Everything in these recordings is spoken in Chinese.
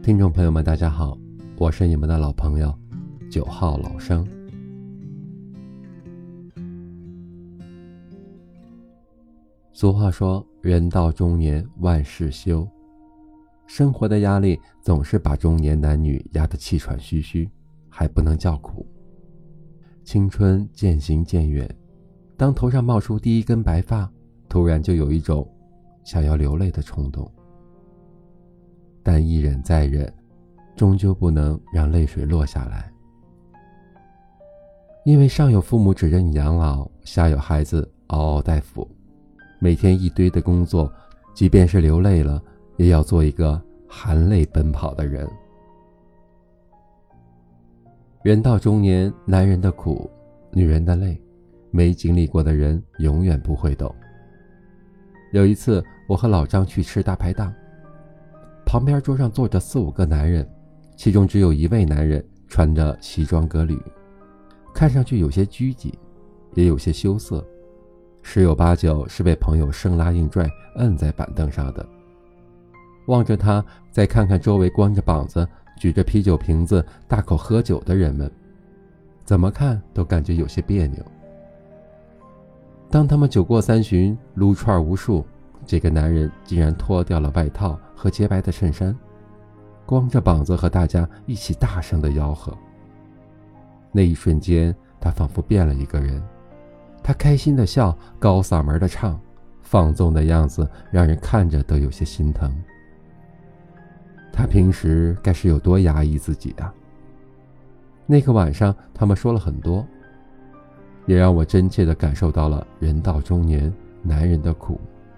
听众朋友们大家好，我是你们的老朋友9号老生。俗话说，人到中年万事休，生活的压力总是把中年男女压得气喘吁吁，还不能叫苦。青春渐行渐远，当头上冒出第一根白发，突然就有一种想要流泪的冲动。但一忍再忍，终究不能让泪水落下来。因为上有父母指着你养老，下有孩子嗷嗷待哺，每天一堆的工作，即便是流泪了，也要做一个含泪奔跑的人。人到中年，男人的苦，女人的累，没经历过的人永远不会懂。有一次，我和老张去吃大排档，旁边桌上坐着4、5个男人，其中只有一位男人穿着西装革履，看上去有些拘谨，也有些羞涩，十有八九是被朋友生拉硬拽摁在板凳上的。望着他，再看看周围光着膀子举着啤酒瓶子大口喝酒的人们，怎么看都感觉有些别扭。当他们酒过三巡，撸串无数，这个男人竟然脱掉了外套和洁白的衬衫，光着膀子和大家一起大声地吆喝。那一瞬间，他仿佛变了一个人，他开心地笑，高嗓门地唱，放纵的样子让人看着都有些心疼。他平时该是有多压抑自己啊。那个晚上他们说了很多，也让我真切地感受到了人到中年男人的苦。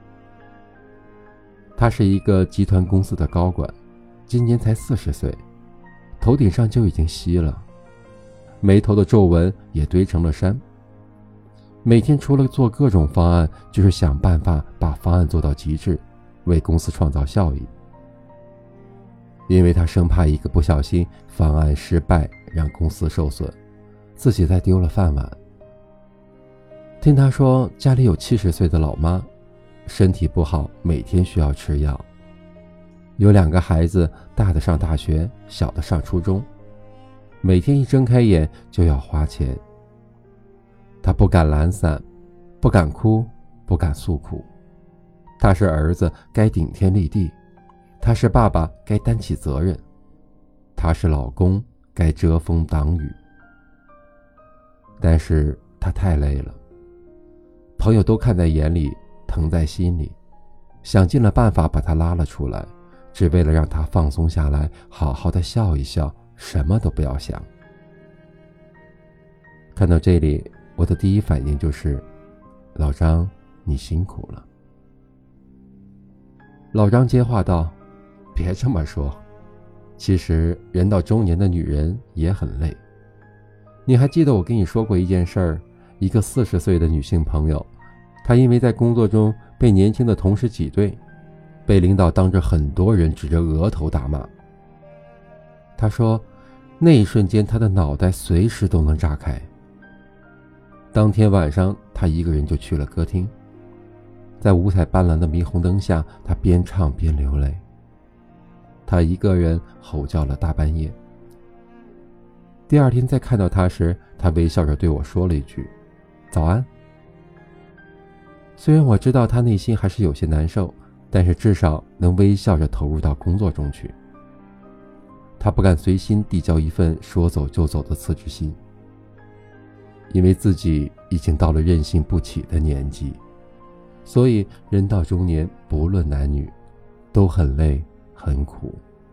他是一个集团公司的高管，今年才40岁，头顶上就已经稀了，眉头的皱纹也堆成了山。每天除了做各种方案，就是想办法把方案做到极致，为公司创造效益。因为他生怕一个不小心方案失败，让公司受损，自己再丢了饭碗。听他说家里有70岁的老妈，身体不好，每天需要吃药，有2个孩子，大的上大学，小的上初中，每天一睁开眼就要花钱。他不敢懒散，不敢哭，不敢诉苦。他是儿子，该顶天立地，他是爸爸，该担起责任，他是老公，该遮风挡雨。但是他太累了，朋友都看在眼里，疼在心里，想尽了办法把他拉了出来，只为了让他放松下来，好好的笑一笑，什么都不要想。看到这里，我的第一反应就是，老张，你辛苦了。老张接话道，别这么说，其实人到中年的女人也很累。你还记得我跟你说过一件事儿，一个40岁的女性朋友，她因为在工作中被年轻的同事挤兑，被领导当着很多人指着额头大骂。她说，那一瞬间她的脑袋随时都能炸开。当天晚上，她一个人就去了歌厅，在五彩斑斓的霓虹灯下，她边唱边流泪。她一个人吼叫了大半夜。第二天再看到她时，她微笑着对我说了一句，早安。虽然我知道她内心还是有些难受，但是至少能微笑着投入到工作中去。她不敢随心递交一份说走就走的辞职信，因为自己已经到了任性不起的年纪，所以人到中年，不论男女，都很累很苦。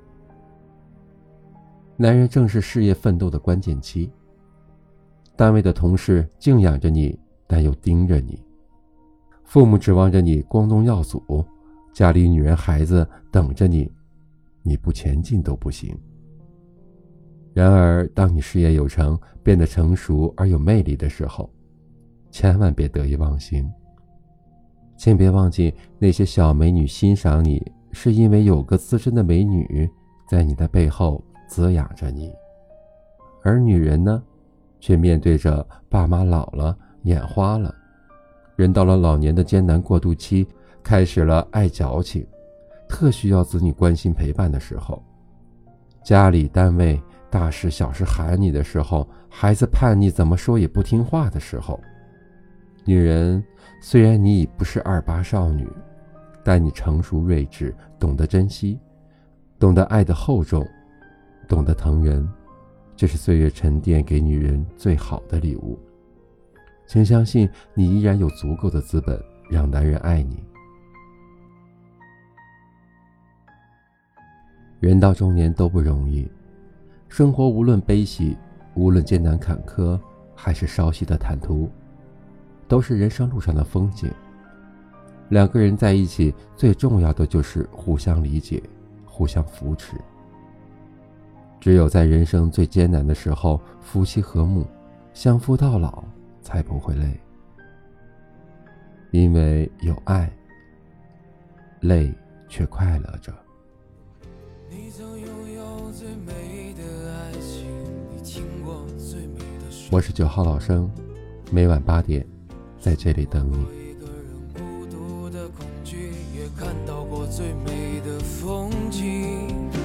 男人正是事业奋斗的关键期，单位的同事敬仰着你，但又盯着你，父母指望着你光宗耀祖，家里女人孩子等着你，你不前进都不行。然而当你事业有成，变得成熟而有魅力的时候，千万别得意忘形。请别忘记，那些小美女欣赏你，是因为有个资深的美女在你的背后滋养着你。而女人呢，却面对着爸妈老了，眼花了，人到了老年的艰难过渡期，开始了爱矫情，特需要子女关心陪伴的时候， 家里单位大事小事喊你的时候，孩子叛逆怎么说也不听话的时候，女人虽然你已不是28少女，但你成熟睿智，懂得珍惜，懂得爱的厚重，懂得疼人，这是岁月沉淀给女人最好的礼物。请相信你依然有足够的资本让男人爱你。人到中年都不容易，生活无论悲喜，无论艰难坎坷，还是稍息的坦途，都是人生路上的风景。两个人在一起，最重要的就是互相理解，互相扶持。只有在人生最艰难的时候，夫妻和睦，相夫到老，才不会累。因为有爱，累却快乐着。 你曾拥有最美的爱情，你听过最美的说。 我是9号老生，每晚8点在这里等你。 一个人孤独的恐惧，也看到过最美的风景。